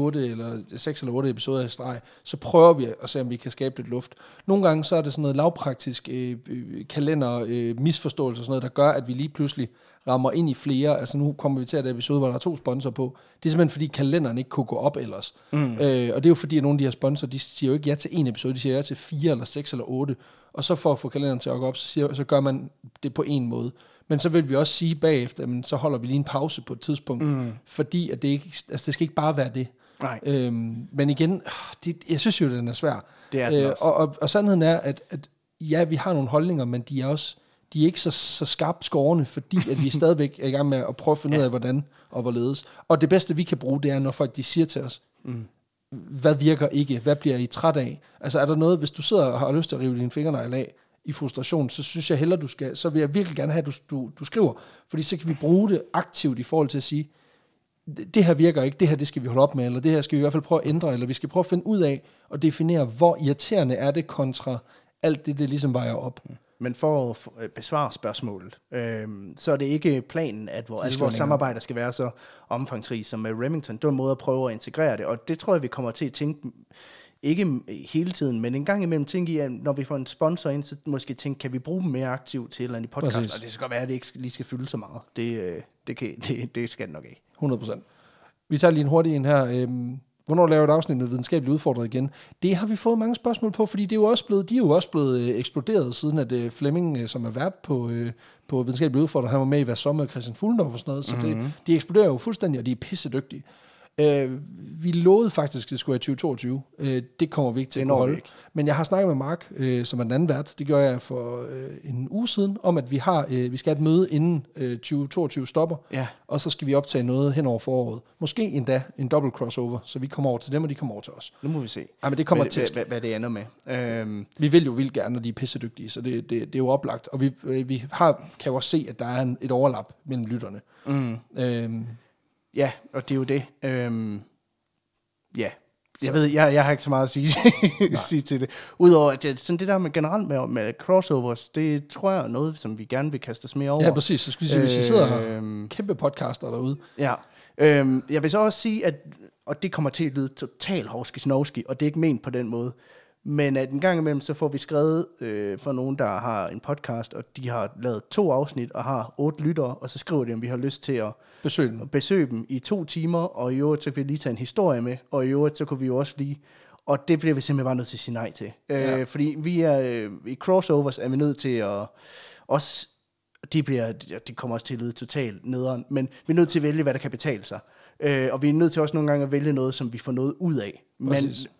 6 eller 8 episoder i streg, så prøver vi at se, om vi kan skabe lidt luft. Nogle gange så er det sådan noget lavpraktisk kalender, misforståelse og sådan noget, der gør, at vi lige pludselig rammer ind i flere. Altså nu kommer vi til at have et episode, hvor der er 2 sponsorer på. Det er simpelthen fordi kalenderen ikke kunne gå op ellers. Og det er jo fordi, at nogle af de her sponsorer, de siger jo ikke ja til 1 episode, de siger ja til 4 eller 6 eller 8. Og så for at få kalenderen til at gå op, så gør man det på en måde. Men så vil vi også sige bagefter, men så holder vi lige en pause på et tidspunkt, fordi at det skal ikke bare være det. Nej. Men igen, jeg synes jo, den er svær. Det er den også. Og sandheden er, at ja, vi har nogle holdninger, men de er ikke så skarpt skårende, fordi at vi stadigvæk er i gang med at prøve at finde ud af, hvordan og hvorledes. Og det bedste, vi kan bruge, det er, når folk de siger til os, hvad virker ikke? Hvad bliver I træt af? Altså er der noget, hvis du sidder og har lyst til at rive dine fingernegle af i frustration, så synes jeg hellere, så vil jeg virkelig gerne have, at du skriver, fordi så kan vi bruge det aktivt i forhold til at sige, det her virker ikke, det her det skal vi holde op med, eller det her skal vi i hvert fald prøve at ændre, eller vi skal prøve at finde ud af og definere, hvor irriterende er det kontra alt det ligesom vejer op. Men for at besvare spørgsmålet, så er det ikke planen, at alle vores samarbejder skal være så omfangsrige som med Remington. Det er en måde at prøve at integrere det, og det tror jeg, vi kommer til at tænke, ikke hele tiden, men en gang imellem tænke i, at når vi får en sponsor ind, så måske tænke, kan vi bruge dem mere aktivt til et eller andet podcast? Præcis. Og det skal godt være, at det ikke lige skal fylde så meget. Det skal det nok ikke. 100%. Vi tager lige en hurtig en her. Hvornår laver et afsnit med videnskabeligt udfordret igen? Det har vi fået mange spørgsmål på, fordi de er jo også blevet eksploderet, siden at Flemming, som er vært på videnskabeligt udfordret, han var med i Hvad Sommer og Christian Fuglendorf og sådan noget, så de eksploderer jo fuldstændig, og de er pissedygtige. Vi lovede faktisk, at det skulle være 2022. Det kommer vi ikke til at holde. Ikke. Men jeg har snakket med Mark, som er den anden vært. Det gjorde jeg for en uge siden, om at vi skal have et møde inden 2022 stopper. Ja. Og så skal vi optage noget hen over foråret. Måske endda en dobbelt crossover, så vi kommer over til dem, og de kommer over til os. Nu må vi se. Ja, men det kommer til. Hvad det ender med. Vi vil jo vildt gerne, når de er pissedygtige, så det er jo oplagt. Og vi kan jo også se, at der er et overlap mellem lytterne. Ja, og det er jo det. Ja, jeg ved, jeg har ikke så meget at sige til det. Udover at sådan det der med generelt med crossovers, det tror jeg er noget, som vi gerne vil kaste os mere over. Ja, præcis. Så skal vi sige, hvis I sidder her, kæmpe podcaster derude. Ja. Jeg vil så også sige, at, og det kommer til at lyde totalt hovski-snovski, og det er ikke ment på den måde, men at en gang imellem, så får vi skrevet for nogen, der har en podcast, og de har lavet 2 afsnit og har 8 lyttere, og så skriver de, om vi har lyst til at besøge dem i 2 timer, og i øvrigt, så kan vi lige tage en historie med, og i øvrigt, så kunne vi jo også lige, og det bliver vi simpelthen bare nødt til at sige nej til. Fordi vi er, i crossovers er vi nødt til at også, det kommer også til at lyde totalt nederen, men vi er nødt til at vælge, hvad der kan betale sig. Og vi er nødt til også nogle gange at vælge noget, som vi får noget ud af. Men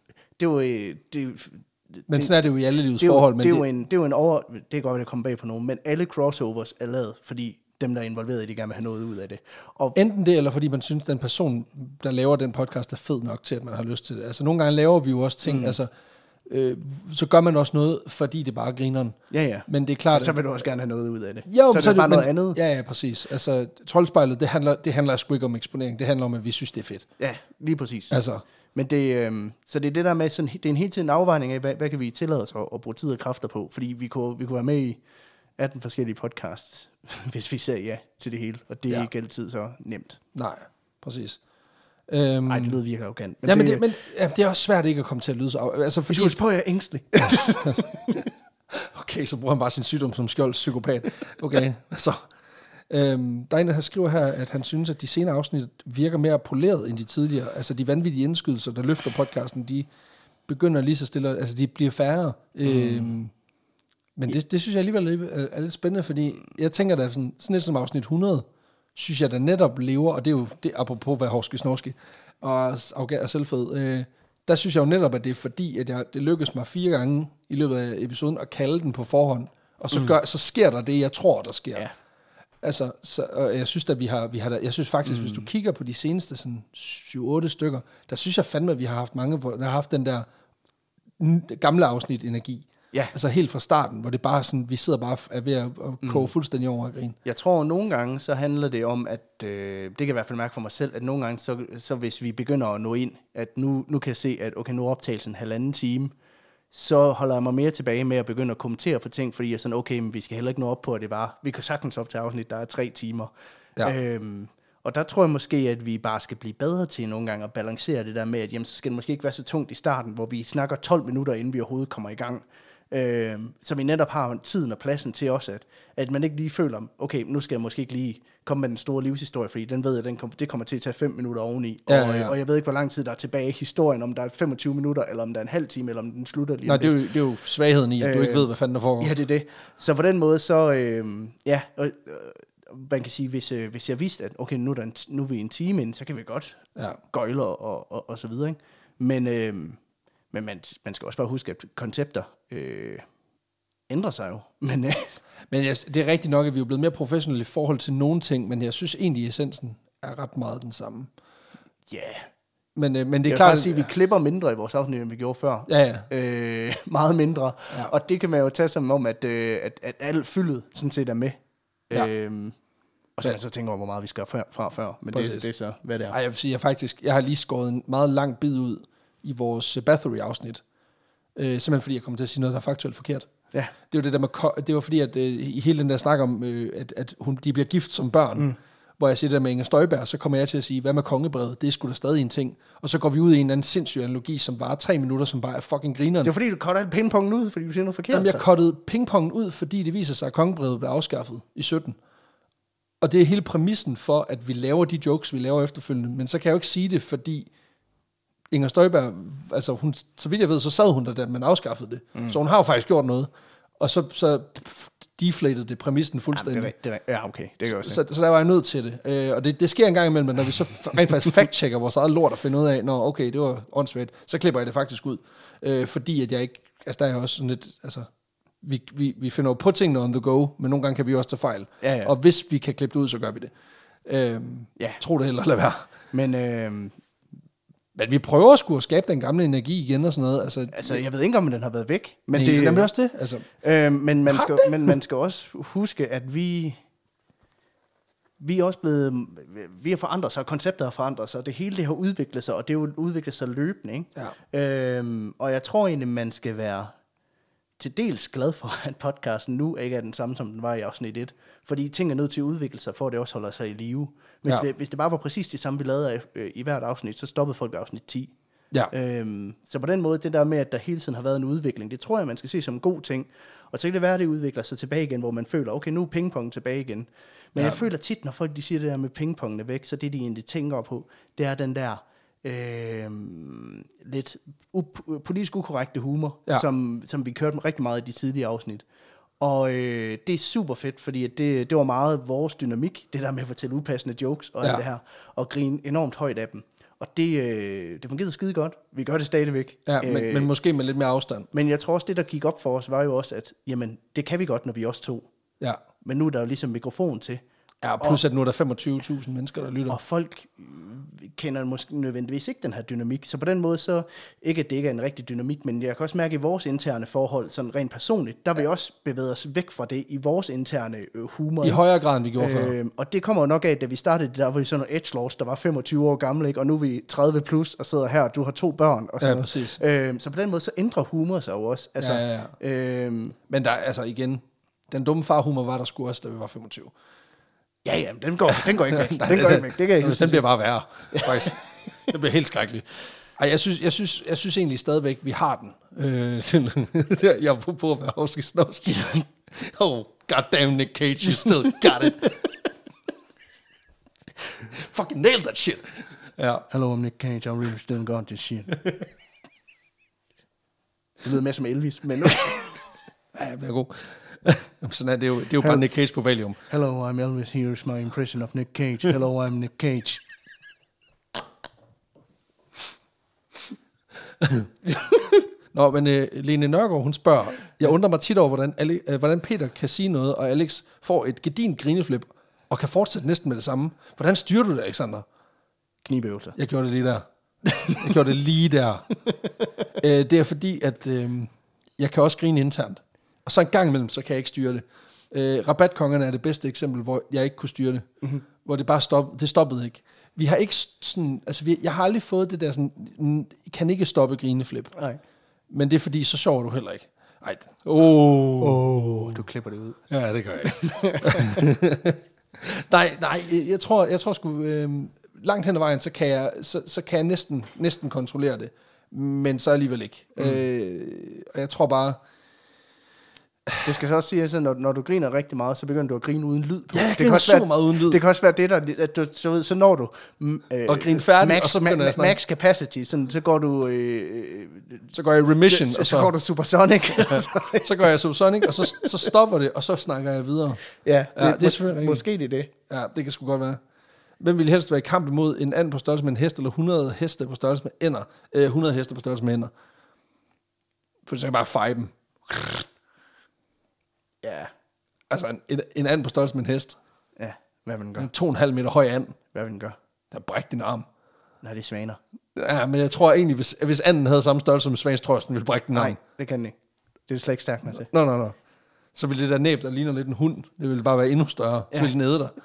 men sådan er det jo i alle livets forhold. Det er godt, at det kommer bag på nogen, men alle crossovers er lavet, fordi dem, der er involveret i det, gerne vil have noget ud af det. Og enten det, eller fordi man synes, at den person, der laver den podcast, er fed nok til, at man har lyst til det. Altså nogle gange laver vi jo også ting, så gør man også noget, fordi det bare er grineren. Ja. Men det er klart, så vil du også gerne have noget ud af det. Jo, så er det bare noget andet. Ja, præcis. Altså Troldspejlet, det handler sgu ikke om eksponering. Det handler om, at vi synes, det er fedt. Ja, lige præcis. Altså. Men så det er det der med, sådan, det er en helt tiden afvejning af, hvad kan vi tillade os at bruge tid og kræfter på, fordi vi kunne være med i 18 forskellige podcasts, hvis vi sagde ja til det hele, og det er ikke altid så nemt. Nej, præcis. Nej, det lyder virkelig arrogant. Men det er også svært ikke at komme til at lyde så. Altså, fordi vi skulle på, at jeg er ængstelig. Okay, så bruger han bare sin sygdom som skjold, psykopat. Okay, så. Der er en, der skriver her, at han synes, at de senere afsnit virker mere poleret end de tidligere. Altså de vanvittige indskydelser, der løfter podcasten, de begynder lige så stille, altså de bliver færre. Men det synes jeg alligevel er lidt spændende, fordi jeg tænker, at sådan lidt som afsnit 100, synes jeg, der netop lever, og det er jo det, apropos hvad hovski-snorski og selvfed, der synes jeg jo netop, at det er fordi, at det lykkedes mig 4 gange i løbet af episoden at kalde den på forhånd, og så sker der det, jeg tror, der sker. Ja. Altså, og jeg synes, at vi har jeg synes faktisk, hvis du kigger på de seneste sådan 7-8 stykker, der synes jeg fandme, at vi har haft mange, der har haft den der gamle afsnit energi. Ja. Altså helt fra starten, hvor det bare sådan, vi sidder bare er ved at koge fuldstændig over og grine. Jeg tror, nogle gange, så handler det om, at det kan jeg i hvert fald mærke for mig selv, at nogle gange, så hvis vi begynder at nå ind, at nu kan jeg se, at okay, nu er optagelsen 1,5 time, så holder jeg mig mere tilbage med at begynde at kommentere på ting, fordi jeg er sådan, okay, men vi skal heller ikke nå op på, at det var, vi kan sagtens op til afsnit, der er 3 timer. Ja. Og der tror jeg måske, at vi bare skal blive bedre til nogle gange at balancere det der med, at jamen, så skal det måske ikke være så tungt i starten, hvor vi snakker 12 minutter, inden vi overhovedet kommer i gang. Så vi netop har tiden og pladsen til også, at man ikke lige føler, okay, nu skal jeg måske ikke lige komme med den store livshistorie, fordi den ved jeg, det kommer til at tage 5 minutter oveni, og jeg ved ikke, hvor lang tid der er tilbage i historien, om der er 25 minutter, eller om der er en halv time, eller om den slutter lige. Nej, det er jo svagheden i, at du ikke ved, hvad fanden der foregår. Ja, det er det. Så på den måde, så man kan sige, hvis jeg vidste, at okay, nu er vi en time inden, så kan vi godt gøjle og så videre, ikke? Men man skal også bare huske, at koncepter ændrer sig jo. Men det er rigtigt nok, at vi er blevet mere professionelle i forhold til nogle ting, men jeg synes egentlig, at essensen er ret meget den samme. Ja. Men det er klart, faktisk sige, at vi klipper mindre i vores afsnit, end vi gjorde før. Ja. Meget mindre. Ja. Og det kan man jo tage som om, at alt fyldet sådan set er med. Ja. Og så man så tænker over, hvor meget vi skal fra før. Men det er så, hvad det er. Ej, jeg vil sige, jeg har lige skåret en meget lang bid ud i vores Bathory-afsnit. Simpelthen fordi jeg kommer til at sige noget, der er faktuelt forkert. Ja. Det var det der med, det var fordi, at i hele den der snak om, at de bliver gift som børn, hvor jeg siger det der med Inger Støjberg, så kommer jeg til at sige, hvad med kongebrevet? Det er sgu da stadig en ting. Og så går vi ud i en anden sindssyg analogi, som bare 3 minutter, som bare er fucking grineren. Det var fordi, du cuttede pingpongen ud, fordi du siger noget forkert. Jamen, jeg cuttede pingpongen ud, fordi det viser sig, at kongebrevet blev afskaffet i 17. Og det er hele præmissen for, at vi laver de jokes, vi laver efterfølgende. Men så kan jeg jo ikke sige det, fordi Inger Støjberg, altså hun, så vidt jeg ved, så sad hun der, da man afskaffede det. Så hun har jo faktisk gjort noget. Og så deflated det præmissen fuldstændig. Ja, okay. Det kan så der var jeg nødt til det. Og det sker en gang imellem, når vi så rent faktisk fact-checker vores eget lort og finder ud af, nå okay, det var åndssvagt, så klipper jeg det faktisk ud. Fordi at jeg ikke, altså der er også sådan lidt, altså vi finder jo på tingene on the go, men nogle gange kan vi også tage fejl. Ja. Og hvis vi kan klippe det ud, så gør vi det. Tro det heller, lad være. Men vi prøver sgu at skabe den gamle energi igen og sådan noget. Altså jeg ved ikke, om den har været væk. Men det er også det. Altså. Men man skal også huske, at vi er også blevet, vi har forandret sig, konceptet har forandret sig, det hele det har udviklet sig, og det er jo udviklet sig løbende, ikke? Ja. Og jeg tror egentlig, man skal være til dels glad for, at podcasten nu ikke er den samme, som den var i afsnit 1. Fordi ting er nødt til at udvikle sig, for at det også holder sig i live. Hvis det bare var præcis det samme, vi lavede i hvert afsnit, så stoppede folk ved afsnit 10. Ja. Så på den måde, det der med, at der hele tiden har været en udvikling, det tror jeg, man skal se som en god ting. Og så kan det være, at det udvikler sig tilbage igen, hvor man føler, okay, nu er pingpong tilbage igen. Men jeg føler tit, når folk de siger det der med pingpongen er væk, så det de egentlig tænker på, det er den der lidt politisk ukorrekte humor, som vi kørte rigtig meget i de tidlige afsnit. Og det er super fedt, fordi det var meget vores dynamik, det der med at fortælle upassende jokes og alt det her, og grine enormt højt af dem. Og det fungerede skide godt. Vi gør det stadigvæk. Ja, men måske med lidt mere afstand. Men jeg tror også, det der gik op for os, var jo også, at jamen, det kan vi godt, når vi også to. Ja. Men nu er der jo ligesom mikrofon til. Ja, plus at nu er der 25.000 mennesker, der lytter. Og folk kender måske nødvendigvis ikke den her dynamik. Så på den måde, så ikke at det ikke er en rigtig dynamik, men jeg kan også mærke i vores interne forhold, sådan rent personligt, der vil vi også bevæge os væk fra det i vores interne humor. I højere grad, end vi gjorde før. Og det kommer jo nok af, da vi startede, der var vi sådan nogle edgelords, der var 25 år gamle, ikke? Og nu er vi 30 plus og sidder her, og du har 2 børn. Og sådan præcis. Så på den måde, så ændrer humor sig jo også. Altså, men der, altså igen, den dumme farhumor var der sgu også, da vi var 25. Ja, den går ikke væk. Den går ikke væk. Det kan jeg den bliver bare værre, faktisk. Det bliver helt skrækkeligt. Ej, jeg synes egentlig stadigvæk, vi har den. Jeg er på at være Hovski. Oh, goddamn Nick Cage, you still got it. Fucking nailed that shit. Ja. Hello, I'm Nick Cage, I really still got this shit. Det lyder mere som Elvis, men ja, det er god. Sådan er det er jo bare Nick Cage på Valium. Hello, I'm Elvis. Here's my impression of Nick Cage. Hello, I'm Nick Cage. Nå, men Lene Nørgaard, hun spørger, jeg undrer mig tit over, hvordan Peter kan sige noget, og Alex får et gedint grineflip, og kan fortsætte næsten med det samme. Hvordan styrer du det, Alexander? Knibeøvelser. Jeg gjorde det lige der. Det er fordi, at jeg kan også grine internt. Og så en gang imellem, så kan jeg ikke styre det. Rabatkongerne er det bedste eksempel, hvor jeg ikke kunne styre det. Mm-hmm. Hvor det bare det stoppede ikke. Vi har ikke sådan, altså jeg har aldrig fået det der sådan, kan ikke stoppe grineflip. Nej. Men det er fordi, så sover du heller ikke. Ej. Du klipper det ud. Ja, det gør jeg ikke. nej, jeg tror sgu, langt hen ad vejen, så kan jeg næsten kontrollere det. Men så alligevel ikke. Og jeg tror bare, det skal så også sige, at når du griner rigtig meget, så begynder du at grine uden lyd på. Ja, jeg griner super meget uden lyd. Det kan også være det, at du, så når du og grine færdig, og så begynder jeg max capacity, sådan, så går du så går jeg remission, og så går du supersonic. Ja, så går jeg supersonic, og så stopper det, og så snakker jeg videre. Ja, det er selvfølgelig måske det. Ja, det kan sgu godt være. Hvem vil helst være i kamp imod en and på størrelse med en hest, eller 100 heste på størrelse med ender? 100 heste på størrelse med ender. For så kan jeg bare feje dem. Ja. Altså en and på størrelse med en hest. Ja, hvad vil den gøre? En 2,5 meter høj and. Hvad vil den gøre? Der bræk din arm. Nej, det er svaner. Ja, men jeg tror egentlig, hvis anden havde samme størrelse som svans, tror jeg, den ville brække din arm. Nej, det kan den ikke. Det er slet ikke stærkt, man siger. Nå. så ville det der næb, der ligner lidt en hund, det ville bare være endnu større. Så ville det nede dig.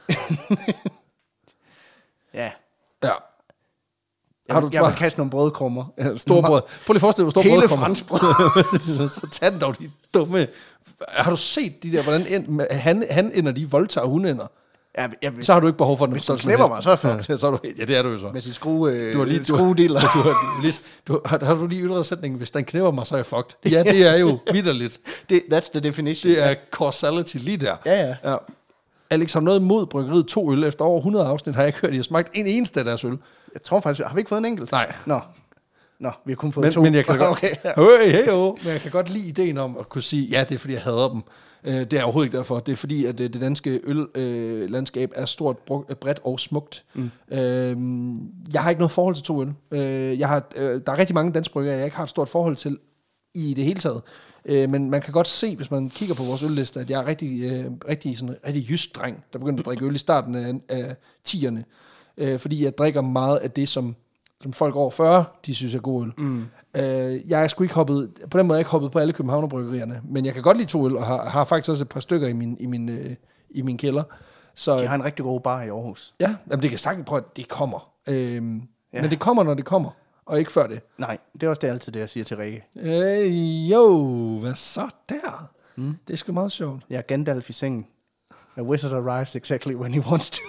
Ja. Ja. Jeg vil kaste nogle brødkrummer. Ja, store brød. Prøv lige at forestille dig, hvor store brødkrummer. Hele franskbrød. Så tag den dog, de dumme. Har du set de der, hvordan han ender de voldtager hundeender? Ja, så har du ikke behov for den. Hvis du knipper mig, så er jeg ja, så er du, ja, det er du jo så. Med sin skruediller. Har du lige ytret sætningen, hvis den knipper mig, så er jeg fucked. Ja, det er jo vitterligt. That's the definition. Det er causality lige der. Ja. Alex har noget mod bryggeriet 2 øl. Efter over 100 afsnit har jeg ikke hørt, at I har smagt en eneste af deres øl. Jeg tror faktisk, har vi ikke fået en enkelt? Nej. Nå, vi har kun fået 2. Men jeg kan godt, okay, ja. Men jeg kan godt lide ideen om at kunne sige, ja, det er fordi, jeg hader dem. Det er overhovedet ikke derfor. Det er fordi, at det danske øllandskab er stort, bredt og smukt. Jeg har ikke noget forhold til 2 øl. Der er rigtig mange danske bryggere, jeg ikke har et stort forhold til i det hele taget. Men man kan godt se, hvis man kigger på vores ølliste, at jeg er rigtig jysk dreng, der begyndte at drikke øl i starten af 10'erne. Fordi jeg drikker meget af det, som folk over 40, de synes er god øl. Jeg er sgu ikke hoppet, på den måde ikke hoppet på alle københavnerbryggerierne, men jeg kan godt lide 2 øl, og har faktisk også et par stykker i min kælder. Så, de har en rigtig god bar i Aarhus. Ja, jamen det kan sagtens prøve, at det kommer. Men det kommer, når det kommer, og ikke før det. Nej, det er også altid det, jeg siger til Rikke. Hvad så der? Det er sgu meget sjovt. Ja, Gandalf i sengen. A wizard arrives exactly when he wants to.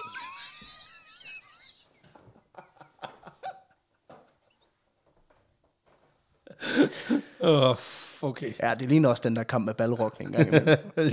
Okay. Ja, det ligner også den der kamp med Balrog en gang imellem. Der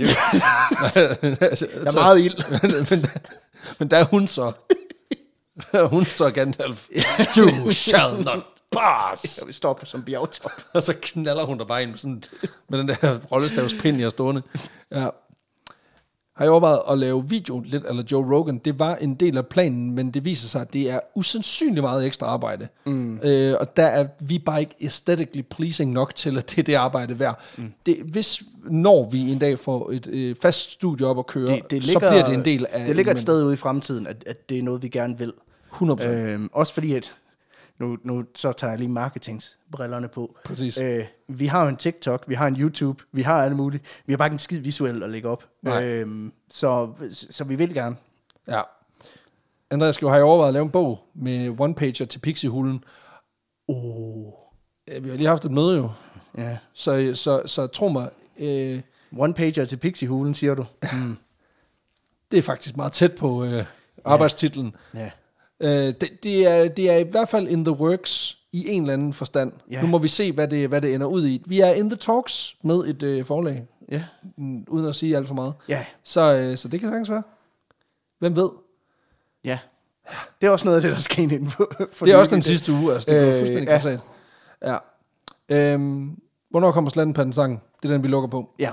er meget ild. Men der er hun så. Hun så Gandalf. You shall not pass. Jeg vil stoppe som bjergtop. Og så knaller hun der bare ind med den der rollestavspind, jeg stående. Ja. Har jeg overvejet at lave video lidt eller Joe Rogan? Det var en del af planen, men det viser sig, at det er usandsynligt meget ekstra arbejde. Og der er vi bare ikke aesthetically pleasing nok til, at det er det arbejde værd. Når vi en dag får et fast studie op at køre, så bliver det en del af... Det ligger et sted ude i fremtiden, at det er noget, vi gerne vil. 100%. Også fordi, at nu så tager jeg lige marketingsbrillerne på. Præcis. Vi har jo en TikTok, vi har en YouTube, vi har alt muligt. Vi har bare ikke en skid visuel at lægge op. Så vi vil gerne. Ja. Andreas, har jeg overvejet at lave en bog med one-pager til Pixie-hulen? Vi har lige haft et møde jo. Ja. Så tro mig... One-pager til Pixie-hulen, siger du? Det er faktisk meget tæt på arbejdstitlen. Ja. Det er i hvert fald in the works i en eller anden forstand. Nu må vi se, hvad det ender ud i. Vi er in the talks med et forlag, uden at sige alt for meget. Så det kan sagtens være. Hvem ved? Ja. Det er også noget af det, der skal ind for det er også den sidste uge. Altså, det er fuldstændig kassat. Ja. Hvornår kommer Slattenpanden-sangen? Det er den, vi lukker på. Ja.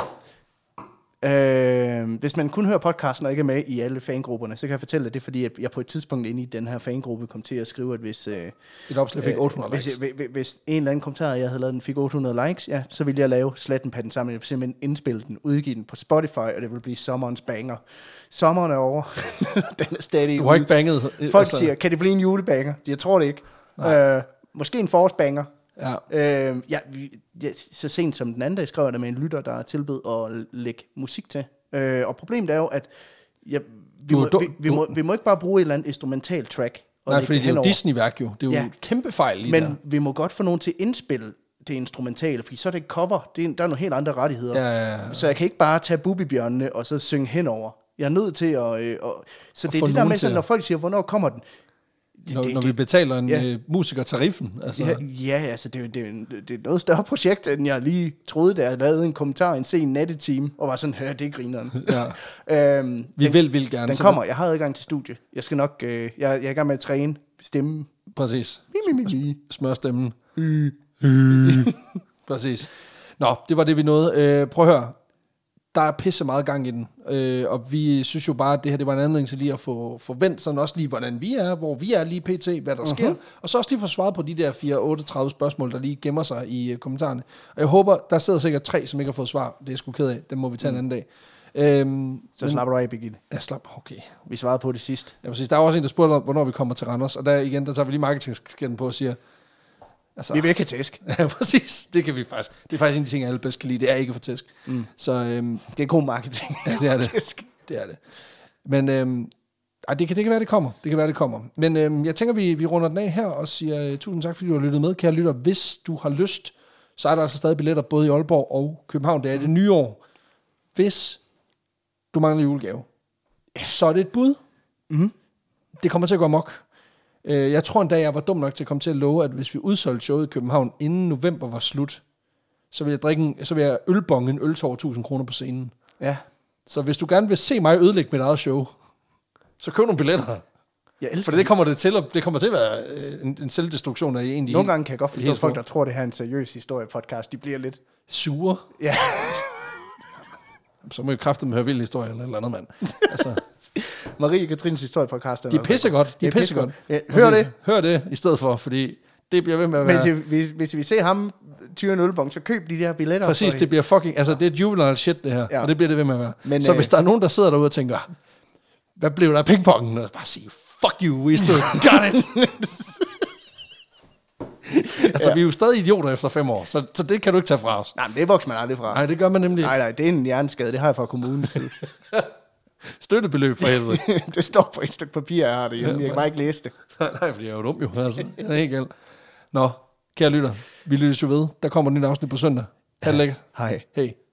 Hvis man kun hører podcasten og ikke er med i alle fangrupperne, så kan jeg fortælle, at det er fordi, at jeg på et tidspunkt inde i den her fangruppe kom til at skrive, at hvis et opslag fik 800 likes. Hvis en eller anden kommentar, jeg havde lavet, den fik 800 likes, så ville jeg lave Slattenpanden sammen. Jeg ville simpelthen indspille den, udgive den på Spotify, og det vil blive sommerens banger. Sommeren er over. Den er stadig ude. Du har ikke banget. Folk siger, kan det blive en julebanger? Jeg tror det ikke. Måske en forårsbanger. Ja. Så sent som den anden dag skrev jeg der med en lytter, der tilbød at lægge musik til. Og problemet er jo, at vi må ikke bare bruge et eller andet instrumental track. Nej, fordi det er jo Disney-værk jo. Det er jo et kæmpe fejl lige men der. Vi må godt få nogen til at indspille det instrumentale, fordi så er det cover. Der er nogle helt andre rettigheder. Ja. Så jeg kan ikke bare tage Bubibjørnene og så synge henover. Jeg er nødt til at... så det er det der med, når folk siger, hvornår kommer den? Når vi betaler en musiker tariffen. Altså. Altså det er et noget større projekt, end jeg lige troede, da jeg lavede en kommentar i en sen nattetime, og var sådan, det er grineren. Vi vil gerne. Den kommer, jeg har adgang til studie. Jeg skal nok, jeg er i gang med at træne stemmen. Præcis. Smør stemmen. Præcis. Nå, det var det, vi nåede. Prøv at høre. Der er pisse meget gang i den, og vi synes jo bare, at det her det var en anledning til lige at få vendt sådan også lige, hvordan vi er, hvor vi er lige pt, hvad der sker, og så også lige få svaret på de der 4-38 spørgsmål, der lige gemmer sig i kommentarerne. Og jeg håber, der sidder sikkert 3, som ikke har fået svar. Det er sgu ked af. Dem må vi tage en anden dag. Så slapper du af, Birgitte. Ja, okay. Vi svarede på det sidst. Ja, præcis. Der er også en, der spurgte, hvornår vi kommer til Randers, og der tager vi lige marketingskænden på og siger, Altså, vi vil ikke have tæsk. Ja, præcis. Det kan vi faktisk. Det er faktisk en af de ting, jeg alle bedst kan lide. Det er ikke for tæsk. Så, det er god marketing. Ja, det er det. Det er det. Men det kan være, det kommer. Det kan være, det kommer. Men jeg tænker, vi runder den af her og siger tusind tak, fordi du har lyttet med. Kære lytter, hvis du har lyst, så er der altså stadig billetter både i Aalborg og København. Det er det nye år. Hvis du mangler julegave, så er det et bud. Det kommer til at gå amok. Jeg tror en dag, jeg var dum nok til at komme til at love, at hvis vi udsolgte showet i København, inden november var slut, så vil jeg ølbonge en øl til over 1000 kroner på scenen. Ja. Så hvis du gerne vil se mig ødelægge mit eget show, så køb nogle billetter. For det kommer til at være en selvdestruktion af en. Nogle gange kan jeg godt forstå folk, der tror, det her er en seriøs historiepodcast. De bliver lidt sure. Ja. Så må jeg kræfte med høre vild historie eller andet, mand. Altså. Marie Katrines historiepodcast. De er pissegodt. De er pissegodt. Ja, hør det i stedet for, fordi det bliver ved med at være... Hvis vi ser ham tyre en ølbong, så køb de der billetter. Præcis, det bliver fucking... Altså, det er juvenile shit, det her. Ja. Og det bliver det ved med at være. Men, så hvis der er nogen, der sidder derude og tænker, hvad blev der af pingpongen? Og bare sige, fuck you, we still got it. Altså, vi er jo stadig idioter efter 5 år, så det kan du ikke tage fra os. Nej, men det vokser man aldrig fra. Nej, det gør man nemlig ikke. Nej, det er en hjerneskade, det har jeg fra kommunens side. Støttebeløb for helvede. Det står på et stykke papir, jeg har det hjemme. Jeg kan bare ikke læse det. Nej, fordi jeg er jo dum jo. Altså. Det er helt galt. Nå, kære lytter, vi lyttes jo ved. Der kommer et nyt afsnit på søndag. Ha' det lækkert. Hej. Hej.